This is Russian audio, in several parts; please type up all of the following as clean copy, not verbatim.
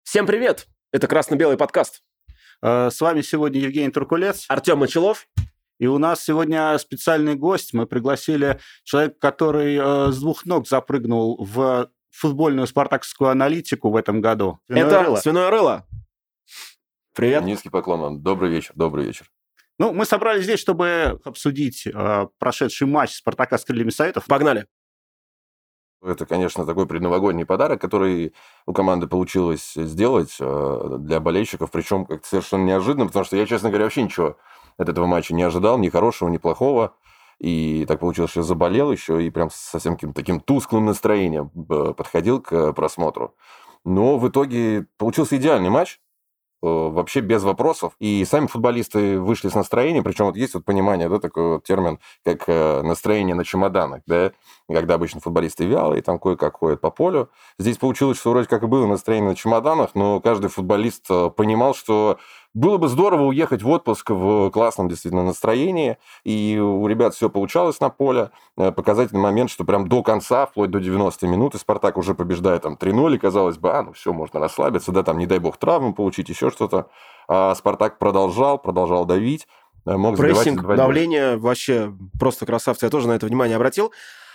Всем привет! Это «Красно-белый подкаст». С вами сегодня Евгений Туркулец. Артем Мочелов. И у нас сегодня специальный гость. Мы пригласили человека, который с двух ног запрыгнул в футбольную спартаковскую аналитику в этом году. Это Свиное Рыло. Привет. Низкий поклон вам. Добрый вечер. Ну, мы собрались здесь, чтобы обсудить прошедший матч «Спартака» с «Крыльями Советов». Погнали. Это, конечно, такой предновогодний подарок, который у команды получилось сделать для болельщиков, причем как-то совершенно неожиданно, потому что я, честно говоря, вообще ничего от этого матча не ожидал, ни хорошего, ни плохого. И так получилось, что я заболел еще и прям совсем каким-то таким тусклым настроением подходил к просмотру. Но в итоге получился идеальный матч. Вообще без вопросов. И сами футболисты вышли с настроением, причем вот есть вот понимание, да, такой вот термин, как настроение на чемоданах, да, когда обычно футболисты вялые, там кое-как ходят по полю. Здесь получилось, что вроде как и было настроение на чемоданах, но каждый футболист понимал, что было бы здорово уехать в отпуск в классном действительно настроении, и у ребят все получалось на поле. Показательный момент, что прям до конца, вплоть до 90-й минуты, Спартак уже побеждает там 3-0, и казалось бы, ну все, можно расслабиться, да, там, не дай бог, травму получить, еще что-то. А Спартак продолжал давить. Мог прессинг, давление, вообще просто красавцы, я тоже на это внимание обратил.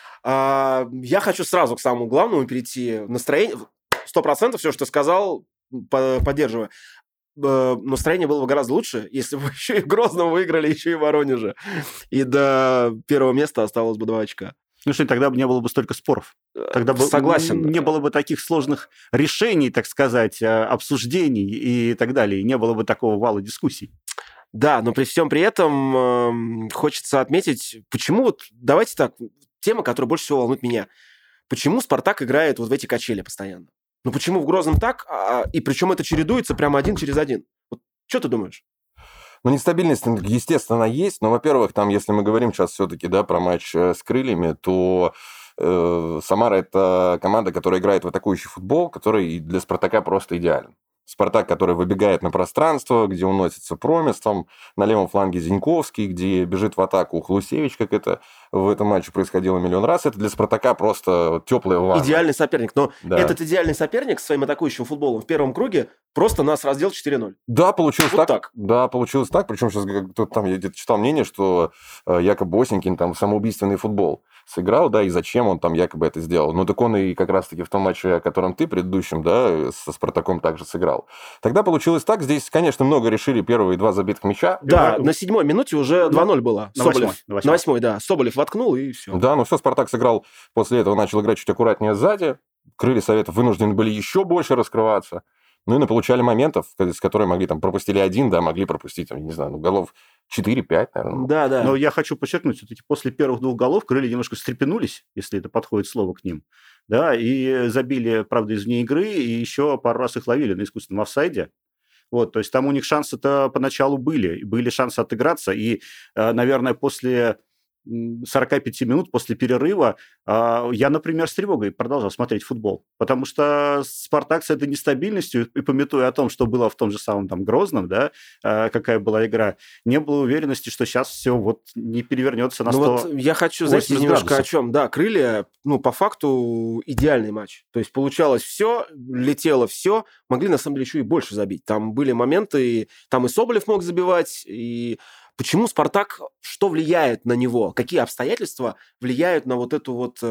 Я хочу сразу к самому главному перейти. Настроение, 100% все, что ты сказал, поддерживаю. Настроение было бы гораздо лучше, если бы еще и в Грозном выиграли, еще и в Воронеже. И до первого места осталось бы 2 очка. Ну что, тогда бы не было бы столько споров. Тогда Согласен. Не было бы таких сложных решений, так сказать, обсуждений и так далее. И не было бы такого вала дискуссий. Да, но при всем при этом хочется отметить, почему вот, давайте так, тема, которая больше всего волнует меня. Почему Спартак играет вот в эти качели постоянно? Ну почему в Грозном так, и причем это чередуется прямо один через один? Вот что ты думаешь? Ну, нестабильность, естественно, она есть, но, во-первых, там, если мы говорим сейчас все-таки, да, про матч с Крыльями, то Самара – это команда, которая играет в атакующий футбол, который для Спартака просто идеален. Спартак, который выбегает на пространство, где уносится Промес, там на левом фланге Зиньковский, где бежит в атаку Хлусевич, как это в этом матче происходило миллион раз. Это для Спартака просто теплая ванна. Идеальный соперник. Но да. Этот идеальный соперник с своим атакующим футболом в первом круге просто нас раздел 4-0. Да, получилось вот так. Да, получилось так. Причем сейчас кто-то там, я где-то читал мнение, что якобы Осенькин там самоубийственный футбол сыграл, да, и зачем он там якобы это сделал. Ну, так он и как раз-таки в том матче, о котором ты предыдущем, да, со Спартаком также сыграл. Тогда получилось так. Здесь, конечно, много решили первые 2 забитых мяча. Да, на 7-й минуте уже 2-0 было. На Соболев. 8-й, на 8-й, да. Соболев воткнул, и все. Да, ну все, Спартак сыграл после этого, начал играть чуть аккуратнее сзади. Крылья Советов вынуждены были еще больше раскрываться. Ну и наполучали моментов, с которыми могли там пропустили 1, да, могли пропустить, там, не знаю, голов 4-5, наверное. Да, да. Но я хочу подчеркнуть, все-таки после первых 2 голов Крылья немножко встрепенулись, если это подходит слово к ним, да, и забили, правда, из вне игры, и еще пару раз их ловили на искусственном офсайде. Вот, то есть там у них шансы-то поначалу были шансы отыграться, и, наверное, после 45 минут после перерыва я, например, с тревогой продолжал смотреть футбол, потому что Спартак с этой нестабильностью, и памятуя о том, что было в том же самом там Грозном, да, какая была игра, не было уверенности, что сейчас все вот не перевернется на 100. Вот я хочу, знаете, немножко о чем. Да, Крылья, по факту идеальный матч. То есть получалось все, летело все, могли на самом деле еще и больше забить. Там были моменты, там и Соболев мог забивать, и почему Спартак, что влияет на него? Какие обстоятельства влияют на вот эту вот...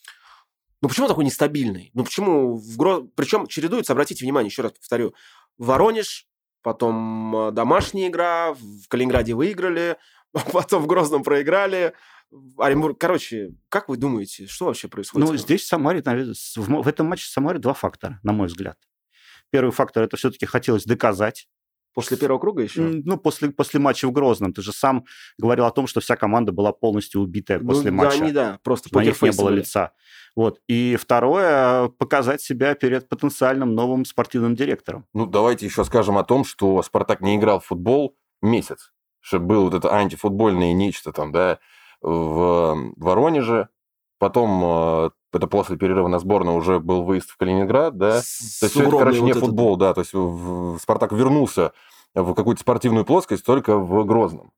почему такой нестабильный? Почему... Причем чередуется, обратите внимание, еще раз повторю, Воронеж, потом домашняя игра, в Калининграде выиграли, потом в Грозном проиграли, Оренбург... Короче, как вы думаете, что вообще происходит? Ну, здесь в Самаре, в этом матче в Самаре 2 фактора, на мой взгляд. Первый фактор – это все-таки хотелось доказать. После первого круга еще? Ну, после матча в Грозном. Ты же сам говорил о том, что вся команда была полностью убитая после матча. Да, просто на них не было лица. Вот. И второе – показать себя перед потенциальным новым спортивным директором. Ну, давайте еще скажем о том, что Спартак не играл в футбол месяц. Что было вот это антифутбольное нечто там, да, в Воронеже. Потом, это после перерыва на сборную, уже был выезд в Калининград, да. То есть, это, короче, не футбол, да. То есть, Спартак вернулся в какую-то спортивную плоскость только в Грозном.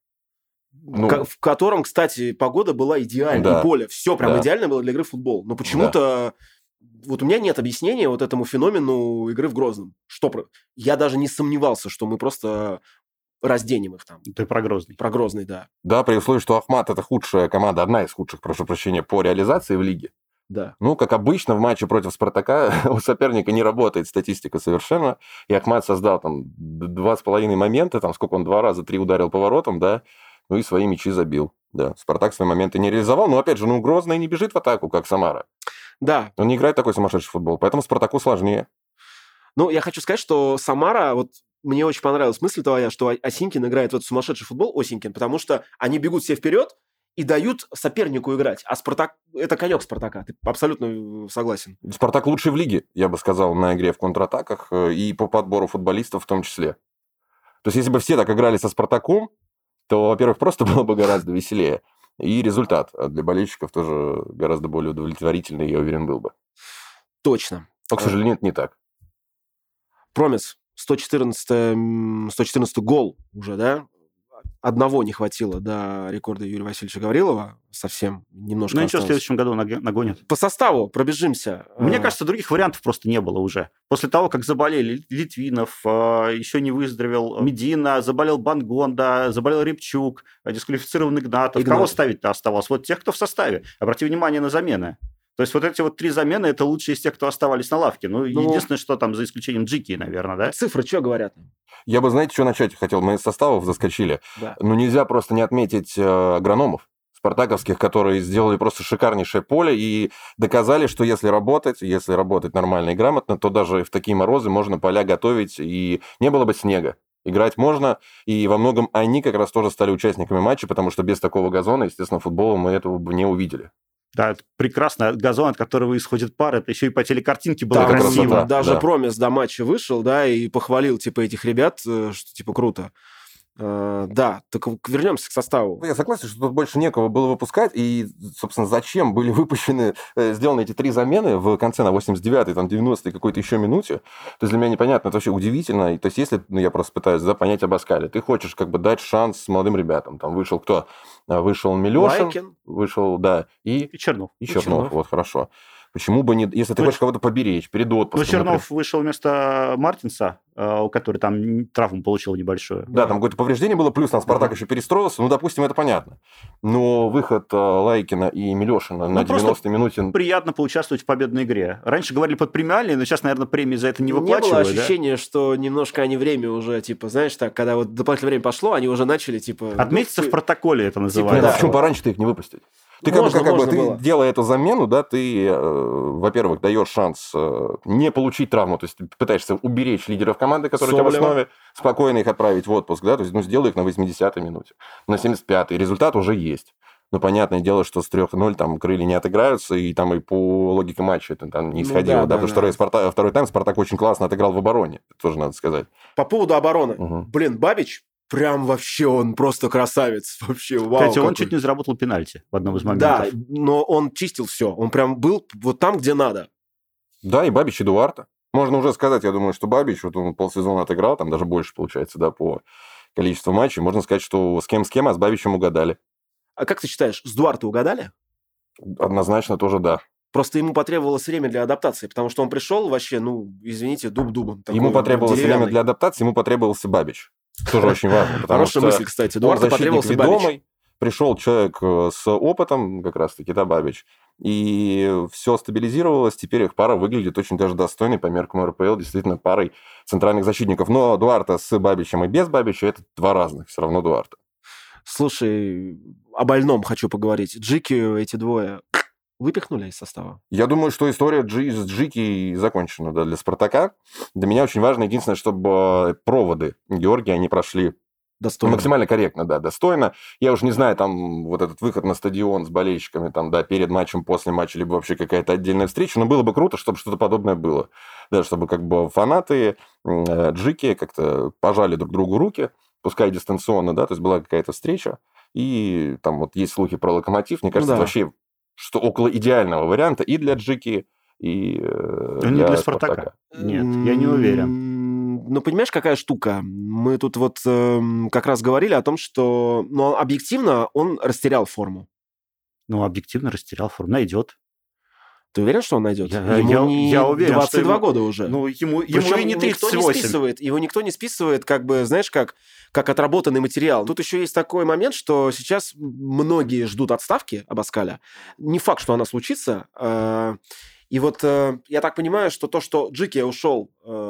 В котором, кстати, погода была идеальной. Да. И поле. Все прям идеально было для игры в футбол. Но почему-то Вот у меня нет объяснения вот этому феномену игры в Грозном. Я даже не сомневался, что мы просто разденем их там. Ты про Грозный. Про Грозный, да. Да, при условии, что Ахмат – это худшая команда, одна из худших, прошу прощения, по реализации в лиге. Да. Ну, как обычно, в матче против «Спартака» у соперника не работает статистика совершенно. И Ахмат создал там 2,5 момента, там сколько он, 2 раза 3 ударил по воротам, да, ну и свои мячи забил. Да, «Спартак» свои моменты не реализовал, но, опять же, Грозный не бежит в атаку, как Самара. Да. Он не играет такой сумасшедший футбол, поэтому «Спартаку» сложнее. Ну, я хочу сказать, что Самара, вот мне очень понравилась мысль твоя, что Осинкин играет в этот сумасшедший футбол, Осинкин, потому что они бегут все вперед и дают сопернику играть. А «Спартак» – это конек «Спартака». Ты абсолютно согласен. «Спартак» лучший в лиге, я бы сказал, на игре в контратаках и по подбору футболистов в том числе. То есть, если бы все так играли со «Спартаком», то, во-первых, просто было бы гораздо веселее. И результат для болельщиков тоже гораздо более удовлетворительный, я уверен, был бы. Точно. Но, к сожалению, это не так. Промис, 114 гол уже, да? Одного не хватило до рекорда Юрия Васильевича Гаврилова. Совсем немножко Ну ничего, осталось. в следующем году нагонят. По составу пробежимся. Мне кажется, других вариантов просто не было уже. После того, как заболели Литвинов, еще не выздоровел Медина, заболел Бангонда, заболел Рябчук, дисквалифицирован Игнатов. Кого ставить-то оставалось? Вот тех, кто в составе. Обрати внимание на замены. То есть вот эти вот 3 замены – это лучшие из тех, кто оставались на лавке. Ну, единственное, что там, за исключением Джики, наверное, да? Цифры что говорят? Я бы, знаете, что начать хотел? Мы из составов заскочили. Да. Ну, нельзя просто не отметить агрономов спартаковских, которые сделали просто шикарнейшее поле и доказали, что если работать нормально и грамотно, то даже в такие морозы можно поля готовить, и не было бы снега. Играть можно, и во многом они как раз тоже стали участниками матча, потому что без такого газона, естественно, футбола мы этого бы не увидели. Да, это прекрасно. Газон, от которого исходит пар, это еще и по телекартинке было красиво. Красота, даже да. Промис до матча вышел, да, и похвалил, типа, этих ребят, что, типа, круто. Да, так вернемся к составу. Я согласен, что тут больше некого было выпускать, и, собственно, зачем были сделаны эти 3 замены в конце на 89-й, там, 90-й какой-то еще минуте. То есть для меня непонятно, это вообще удивительно. То есть если, я просто пытаюсь понять об Аскале, ты хочешь как бы дать шанс молодым ребятам. Там вышел кто? Вышел Милешин. Лайкин. Вышел, да, и Чернов. И Чернов, вот, хорошо. Почему бы не... Если ты хочешь кого-то поберечь перед отпуском... Ну, Чернов вышел вместо Мартинса, который там травму получил небольшую. Да, там какое-то повреждение было, плюс там «Спартак» еще перестроился, ну, допустим, это понятно. Но выход Лайкина и Милешина на 90-й минуте... Приятно поучаствовать в победной игре. Раньше говорили под премиальные, но сейчас, наверное, премии за это не выплачивают. Не было ощущения, что немножко они время уже, типа, знаешь, так, когда вот дополнительное время пошло, они уже начали, типа... Отметиться в протоколе это называется. Типа, почему пораньше-то их не выпустить? Ты ты делая эту замену, да, ты, во-первых, даешь шанс не получить травму, то есть ты пытаешься уберечь лидеров команды, которые у тебя в основе, спокойно их отправить в отпуск, да, то есть, сделай их на 80-й минуте, на 75-й, результат уже есть. Но понятное дело, что с 3-0 там крылья не отыграются, и там и по логике матча это там не исходило, потому что второй тайм «Спартак» очень классно отыграл в обороне, тоже надо сказать. По поводу обороны. Блин, Бабич, прям вообще он просто красавец. Вообще, вау. Кстати, он чуть не заработал пенальти в одном из моментов. Да, но он чистил все. Он прям был вот там, где надо. Да, и Бабич, и Дуарте. Можно уже сказать, я думаю, что Бабич, вот он полсезона отыграл, там даже больше получается, да, по количеству матчей. Можно сказать, что с кем, а с Бабичем угадали. А как ты считаешь, с Дуарте угадали? Однозначно тоже да. Просто ему потребовалось время для адаптации, потому что он пришел вообще, извините, дуб-дубом. Ему потребовалось время для адаптации, ему потребовался Бабич. Тоже очень важно, потому что мысль, кстати. Дуарте потребовался ведомый, пришел человек с опытом, как раз-таки, да, Бабич, и все стабилизировалось, теперь их пара выглядит очень даже достойной по меркам РПЛ, действительно парой центральных защитников. Но Дуарте с Бабичем и без Бабича – это 2 разных, все равно Дуарте. Слушай, о больном хочу поговорить. Джики эти двое выпихнули из состава? Я думаю, что история с Джики закончена, да, для «Спартака». Для меня очень важно, единственное, чтобы проводы Георгия, они прошли достойно. Максимально корректно, да, достойно. Я уже не знаю, там вот этот выход на стадион с болельщиками, там, да, перед матчем, после матча, либо вообще какая-то отдельная встреча, но было бы круто, чтобы что-то подобное было. Да, чтобы как бы фанаты Джики как-то пожали друг другу руки, пускай дистанционно, да, то есть была какая-то встреча, и там вот есть слухи про «Локомотив», мне кажется, это вообще что около идеального варианта и для Джики, и для «Спартака». Нет, я не уверен. Ну, понимаешь, какая штука? Мы тут вот как раз говорили о том, что объективно он растерял форму. Объективно растерял форму. Найдет. Ты уверен, что он найдет? Я уверен, 22 года уже. Ну, ему и не 38. Его никто не списывает, как бы, знаешь, как отработанный материал. Тут еще есть такой момент, что сейчас многие ждут отставки Абаскаля. Не факт, что она случится. И вот я так понимаю, что то, что Джики ушел,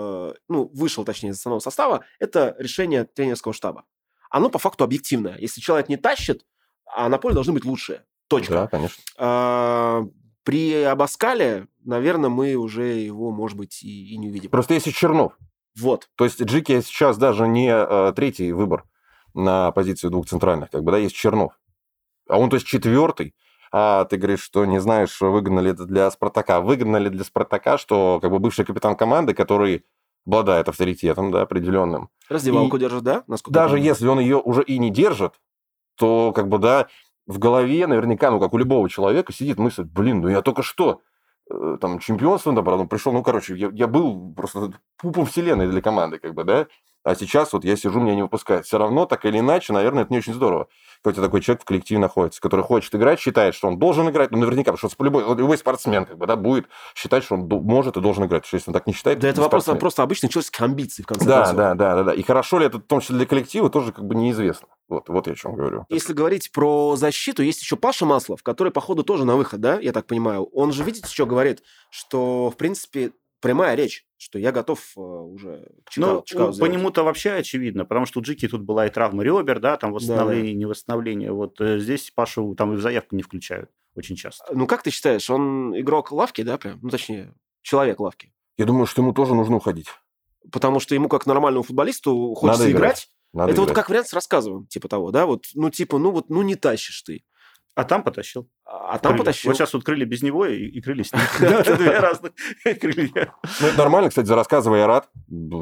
вышел, точнее, из основного состава, это решение тренерского штаба. Оно по факту объективное. Если человек не тащит, а на поле должны быть лучшие. Точка. Да, конечно. При Абаскале, наверное, мы уже его, может быть, и не увидим. Просто есть и Чернов. Вот. То есть Джики сейчас даже не третий выбор на позицию двух центральных. Как бы, да, есть Чернов. А он, то есть, четвертый. А ты говоришь, что не знаешь, выгнали это для Спартака. Выгнали для Спартака, что как бы бывший капитан команды, который обладает авторитетом, да, определенным. Раздевалку держит, да? Даже если он ее уже и не держит, то как бы, да, в голове наверняка, как у любого человека, сидит мысль, я только что там чемпионство набрал, пришел, я был просто пупом вселенной для команды, как бы, да, а сейчас вот я сижу, меня не выпускают. Все равно, так или иначе, наверное, это не очень здорово. Какой-то такой человек в коллективе находится, который хочет играть, считает, что он должен играть, наверняка, потому что любой спортсмен, как бы, да, будет считать, что он может и должен играть. Потому что если он так не считает, да, это вопрос просто обычной человеческой амбиции, в конце концов. Да. И хорошо ли это, в том числе для коллектива, тоже как бы неизвестно. Вот я о чем говорю. Если говорить про защиту, есть еще Паша Маслов, который, походу, тоже на выход, да, я так понимаю. Он же, видите, что говорит? Что, в принципе, прямая речь, что я готов уже к Чикаго по нему-то вообще очевидно, потому что у Джики тут была и травма ребер, да, там восстановление, не восстановление. Вот здесь Пашу там и в заявку не включают очень часто. Ну, как ты считаешь, он игрок лавки, да, прям? Ну, точнее, человек лавки. Я думаю, что ему тоже нужно уходить. Потому что ему, как нормальному футболисту, хочется играть. Это играть. Вот как вариант с рассказываем, типа того, да, не тащишь ты. А там потащил. потащил. Вот сейчас вот крылья без него и крылья с ним. Это две разных крылья. Ну, это нормально, кстати, за рассказывай, я рад.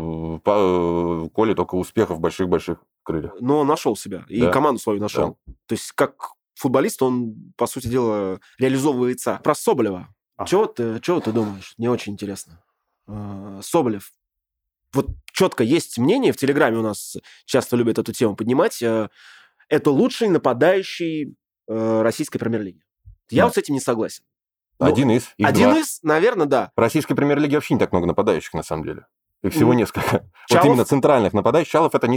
Коле только успехов в больших-больших крыльях. Но он нашел себя. И команду свою нашел. Да. То есть, как футболист, он, по сути дела, реализовывается. Про Соболева. Чего ты думаешь? Мне очень интересно. Соболев. Вот четко есть мнение, в Телеграме у нас часто любят эту тему поднимать. Это лучший нападающий российской премьер-лиги. Я вот с этим не согласен. Один из, наверное, да. В российской премьер-лиге вообще не так много нападающих, на самом деле. Их всего несколько. Чалов? Вот именно центральных нападающих. Чалов это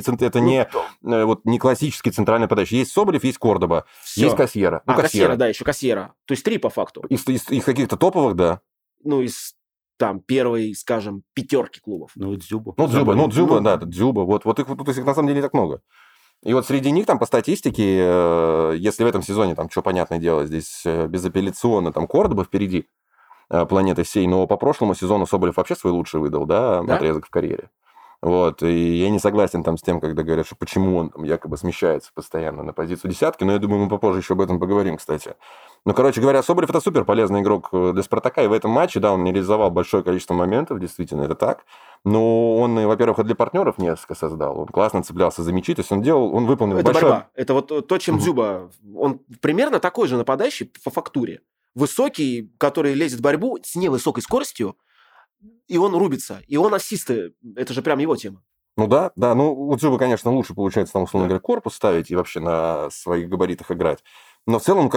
не классический центральный нападающий. Есть Соболев, есть Кордоба, есть Кассьера. Кассьера, да, еще Кассьера. То есть 3 по факту. Из каких-то топовых, да. Из первой, скажем, 5 клубов. Дзюба. Дзюба. Вот их на самом деле не так много. И вот среди них там по статистике, если в этом сезоне, там, что понятное дело, здесь безапелляционно, там Кордоба впереди планеты всей, но по прошлому сезону Соболев вообще свой лучший выдал, да, отрезок в карьере. Вот, и я не согласен там с тем, когда говорят, что почему он там якобы смещается постоянно на позицию десятки, но я думаю, мы попозже еще об этом поговорим, кстати. Ну, короче говоря, Соболев – это супер полезный игрок для Спартака, и в этом матче, да, он не реализовал большое количество моментов, действительно, это так, но он, во-первых, и для партнеров несколько создал, он классно цеплялся за мячи, то есть он выполнил большое... Это борьба, это вот то, чем Дзюба, он примерно такой же нападающий по фактуре, высокий, который лезет в борьбу с невысокой скоростью, и он рубится, и он ассисты, это же прям его тема. Ну да, у Дзюбы, конечно, лучше получается, там, условно говоря, корпус ставить и вообще на своих габаритах играть. Но в целом,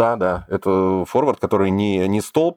это форвард, который не столб,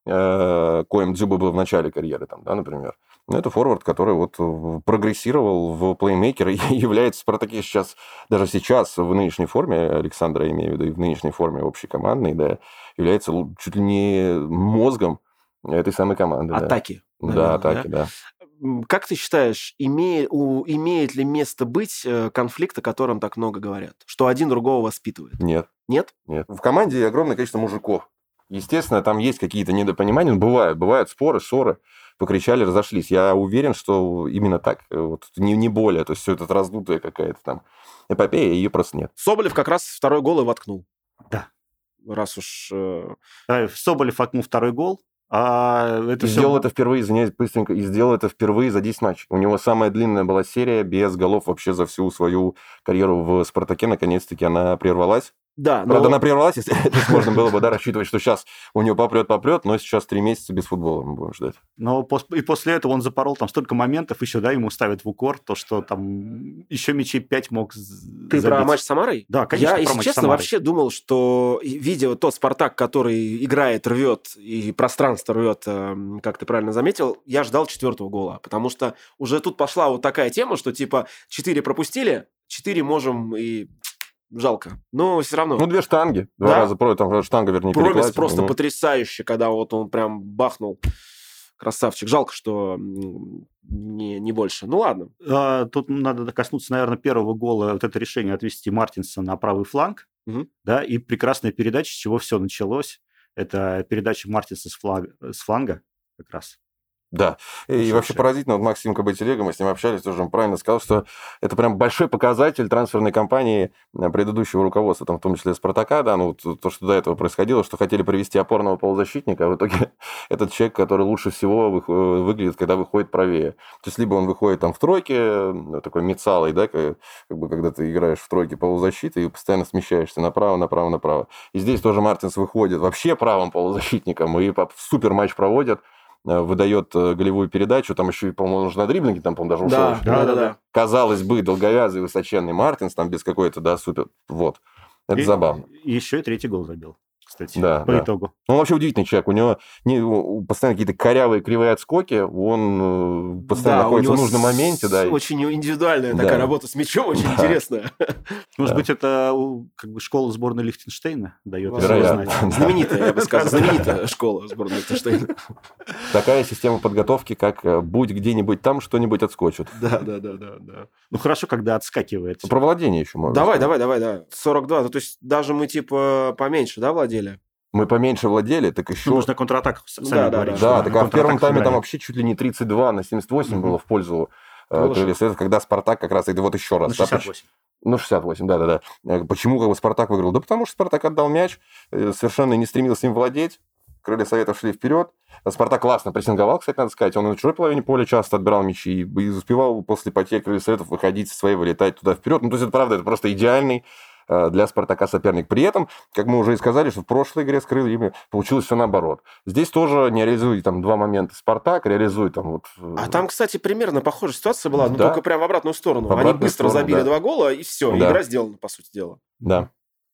коим Дзюба был в начале карьеры, там, да, например. Но это форвард, который вот прогрессировал в плеймейкера и является в Спартаке даже сейчас в нынешней форме, Александра, я имею в виду, и в нынешней форме общекомандной, да, является чуть ли не мозгом этой самой команды. Атаки. Да, наверное, атаки, да. Как ты считаешь, имеет ли место быть конфликт, о котором так много говорят? Что один другого воспитывает? Нет. Нет? Нет. В команде огромное количество мужиков. Естественно, там есть какие-то недопонимания, бывают споры, ссоры, покричали, разошлись. Я уверен, что именно так, вот, не более. То есть, все это раздутая какая-то там эпопея, ее просто нет. Соболев как раз второй гол и воткнул. Да. Раз уж... Соболев воткнул второй гол. Сделал это впервые, извиняюсь, быстренько, и сделал это впервые за 10 матчей. У него самая длинная была серия без голов вообще за всю свою карьеру в «Спартаке». Наконец-таки она прервалась. Да, Правда, она прервалась, если можно было бы рассчитывать, что сейчас у него попрет, но сейчас 3 месяца без футбола мы будем ждать. Но и после этого он запорол там столько моментов, еще, да, ему ставят в укор, то, что там еще мячей 5 мог забить. Ты про матч с Самарой? Да, конечно, я, если честно, вообще думал, что, видя тот «Спартак», который играет, рвет, и пространство рвет, как ты правильно заметил, я ждал 4-го гола, потому что уже тут пошла вот такая тема, что типа 4 пропустили, 4 можем и... Жалко. Но все равно. 2 штанги. 2 раза там штанга, вернее, Промис просто потрясающе, когда вот он прям бахнул. Красавчик. Жалко, что не больше. Ну, ладно. Тут надо коснуться, наверное, первого гола. Вот это решение отвести Мартинса на правый фланг. Да, и прекрасная передача, с чего все началось. Это передача Мартинса с фланга как раз. Да, и вообще поразительно, вот Максим Кабателега, мы с ним общались, тоже он правильно сказал, что это прям большой показатель трансферной кампании предыдущего руководства, там, в том числе «Спартака», да, ну, то, что до этого происходило, что хотели привести опорного полузащитника, а в итоге этот человек, который лучше всего выглядит, когда выходит правее. То есть, либо он выходит там в тройке, такой мецалой, да, как бы, когда ты играешь в тройке полузащиты и постоянно смещаешься направо. И здесь тоже Мартинс выходит вообще правым полузащитником, и супер матч проводят, выдает голевую передачу, там еще, по-моему, нужно на дриблинге, там, по-моему, даже ушел. Да. Казалось бы, долговязый, высоченный Мартинс, там без какой-то, да, супер, вот. Это забавно. И еще и 3-й гол забил, кстати, по итогу. Он вообще удивительный человек, у него постоянно какие-то корявые, кривые отскоки, он постоянно находится в нужном моменте. Да. Очень индивидуальная такая работа с мячом, очень интересная. Может быть, это как бы школа сборной Лихтенштейна дает знать. Знаменитая, я бы сказал, знаменитая школа сборной Лихтенштейна. Такая система подготовки, как будь где-нибудь там, что-нибудь отскочит. Да. Ну, хорошо, когда отскакивает. Про владение еще можно Давай, да. 42, то есть даже мы типа поменьше, да, владели? Мы поменьше владели, так еще... Нужно контратаку сами говорить. Да, так а в первом тайме там вообще чуть ли не 32 на 78 было в пользу Крылья Советов, когда «Спартак» как раз, это вот еще раз. 68. 68, да. Почему как бы «Спартак» выиграл? Да потому что «Спартак» отдал мяч, совершенно не стремился им владеть, Крылья Советов шли вперед. «Спартак» классно прессинговал, кстати, надо сказать. Он и на чужой половине поля часто отбирал мячи и успевал после потерь Крылья Советов выходить со своей, вылетать туда вперед. Ну, то есть, это правда, это просто идеальный для «Спартака» соперник. При этом, как мы уже и сказали, что в прошлой игре с Крыльями получилось все наоборот. Здесь тоже не реализует там 2 момента «Спартак», реализует там вот... А там, кстати, примерно похожая ситуация была, но только прям в обратную сторону. Они быстро забили 2 гола, и все, игра сделана, по сути дела. Да.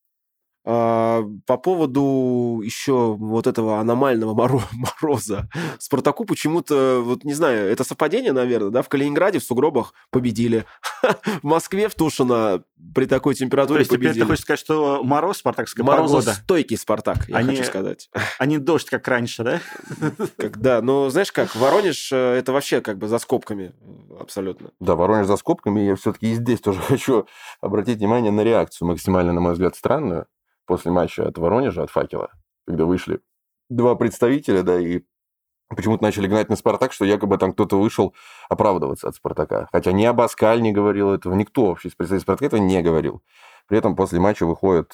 По поводу еще вот этого аномального мороза. «Спартаку» почему-то, вот не знаю, это совпадение, наверное, да? В Калининграде в сугробах победили. В Москве в Tушино при такой температуре победили. То есть теперь ты хочешь сказать, что мороз, спартакская погода? Морозостойкий «Спартак», я хочу сказать. А не дождь, как раньше, да? Да, но знаешь как, Воронеж это вообще как бы за скобками абсолютно. Да, Воронеж за скобками. Я все-таки и здесь тоже хочу обратить внимание на реакцию, максимально, на мой взгляд, странную. После матча от Воронежа, от «Факела», когда вышли 2 представителя, да, и почему-то начали гнать на «Спартак», что якобы там кто-то вышел оправдываться от «Спартака». Хотя ни Абаскаль не говорил этого, никто вообще из представителей «Спартака» этого не говорил. При этом после матча выходит,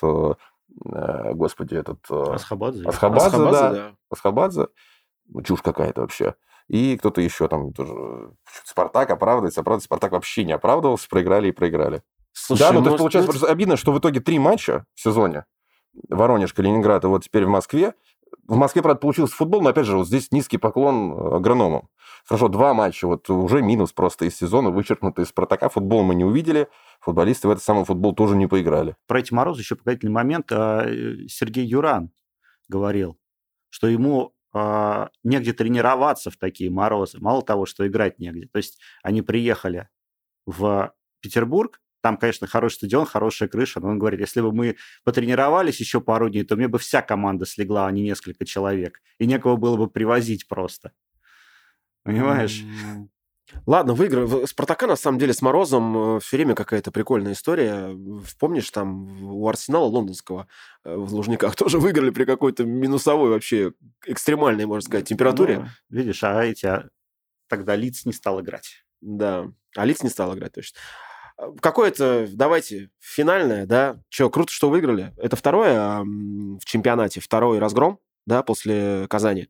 Асхабадзе. Чушь какая-то вообще. И кто-то еще там тоже «Спартак» оправдывается. «Спартак» вообще не оправдывался, проиграли. Слушай, то есть получается обидно, что в итоге 3 матча в сезоне. Воронеж, Калининград и вот теперь в Москве. В Москве, правда, получился футбол, но, опять же, вот здесь низкий поклон агрономам. Хорошо, 2 матча, вот уже минус просто из сезона, вычеркнутый из «Спартака». Футбол мы не увидели, футболисты в этот самый футбол тоже не поиграли. Про эти морозы еще показательный момент. Сергей Юран говорил, что ему негде тренироваться в такие морозы. Мало того, что играть негде. То есть они приехали в Петербург, там, конечно, хороший стадион, хорошая крыша, но он говорит, если бы мы потренировались еще пару дней, то мне бы вся команда слегла, а не несколько человек. И некого было бы привозить просто. Понимаешь? Ладно, выиграл. «Спартака», на самом деле, с морозом все время какая-то прикольная история. Помнишь, там у «Арсенала» лондонского в Лужниках тоже выиграли при какой-то минусовой вообще экстремальной, можно сказать, температуре. Ну, видишь, тогда Лидс не стал играть. Да, а Лидс не стал играть, точно. Какое-то, давайте, финальное, да? Круто, что выиграли. Это второе в чемпионате, второй разгром, да, после Казани.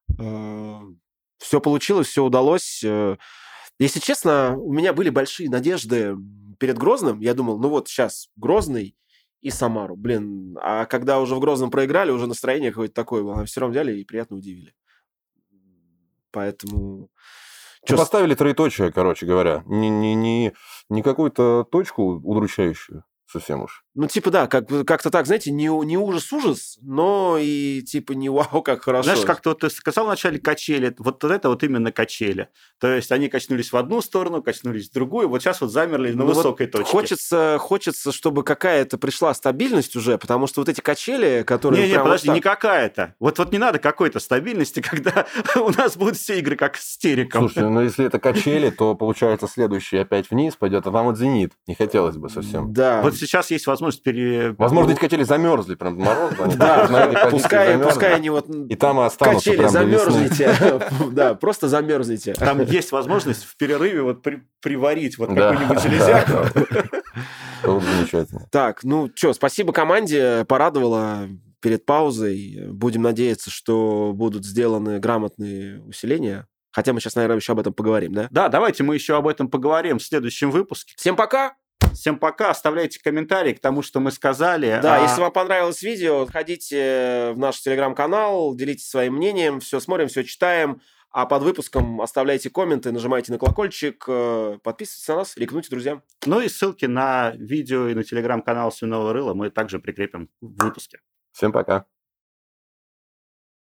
Все получилось, все удалось. Если честно, у меня были большие надежды перед Грозным. Я думал, ну вот сейчас Грозный, и Самару. Блин, а когда уже в Грозном проиграли, уже настроение какое-то такое было. А все равно взяли и приятно удивили. Поэтому... Поставили троеточие, короче говоря. Не какую-то точку удручающую совсем уж. Ну, типа, да, как-то так, знаете, не ужас-ужас, но и типа не вау, как хорошо. Знаешь, как-то вот ты сказал вначале качели, вот это вот именно качели. То есть они качнулись в одну сторону, качнулись в другую, вот сейчас вот замерли на высокой точке. Хочется, чтобы какая-то пришла стабильность уже, потому что вот эти качели, которые... Не, подожди, не какая-то. Вот не надо какой-то стабильности, когда у нас будут все игры как с териком. Слушай, ну если это качели, то получается следующий опять вниз пойдет, а там вот «Зенит». Не хотелось бы совсем. Да. Вот сейчас есть возможность Возможно, эти качели замерзли, прям мороз. Да, пускай они вот... И там и останутся качели, прям до весны. замерзните. Да, просто замерзните. Там есть возможность в перерыве вот приварить вот какую-нибудь железяку. Было бы замечательно. Так, ну что, спасибо команде, порадовала перед паузой. Будем надеяться, что будут сделаны грамотные усиления. Хотя мы сейчас, наверное, еще об этом поговорим, да? Да, давайте мы еще об этом поговорим в следующем выпуске. Всем пока! Всем пока, оставляйте комментарии к тому, что мы сказали. Да, если вам понравилось видео, ходите в наш телеграм-канал, делитесь своим мнением, все смотрим, все читаем, а под выпуском оставляйте комменты, нажимайте на колокольчик, подписывайтесь на нас, рекомендуйте друзьям. Ну и ссылки на видео и на телеграм-канал Свиного Рыла мы также прикрепим в выпуске. Всем пока.